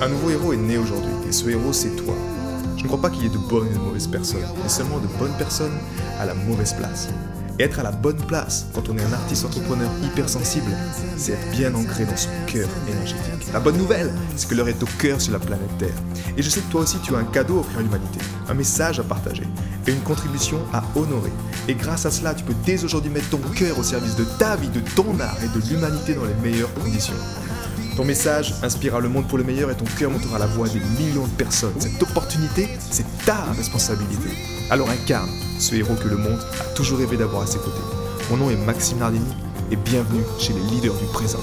Un nouveau héros est né aujourd'hui, et ce héros c'est toi. Je ne crois pas qu'il y ait de bonnes et de mauvaises personnes, mais seulement de bonnes personnes à la mauvaise place. Et être à la bonne place, quand on est un artiste entrepreneur hypersensible, c'est être bien ancré dans son cœur énergétique. La bonne nouvelle, c'est que l'heure est au cœur sur la planète Terre. Et je sais que toi aussi tu as un cadeau à offrir à l'humanité, un message à partager, et une contribution à honorer. Et grâce à cela, tu peux dès aujourd'hui mettre ton cœur au service de ta vie, de ton art et de l'humanité dans les meilleures conditions. Ton message inspirera le monde pour le meilleur et ton cœur montera la voix des millions de personnes. Cette opportunité, c'est ta responsabilité. Alors incarne ce héros que le monde a toujours rêvé d'avoir à ses côtés. Mon nom est Maxime Nardini et bienvenue chez les leaders du présent.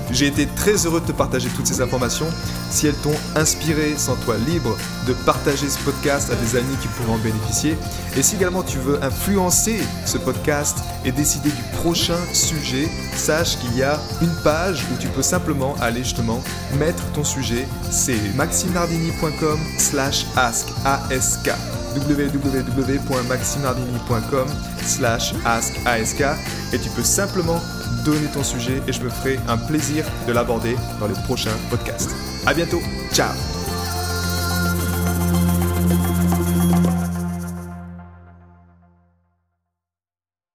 J'ai été très heureux de te partager toutes ces informations. Si elles t'ont inspiré, sens-toi libre de partager ce podcast à des amis qui pourraient en bénéficier. Et si également tu veux influencer ce podcast et décider du prochain sujet, sache qu'il y a une page où tu peux simplement aller justement mettre ton sujet. C'est maximnardini.com/ask www.maximnardini.com/ask et tu peux simplement donner ton sujet et je me ferai un plaisir de l'aborder dans les prochains podcasts. À bientôt, ciao.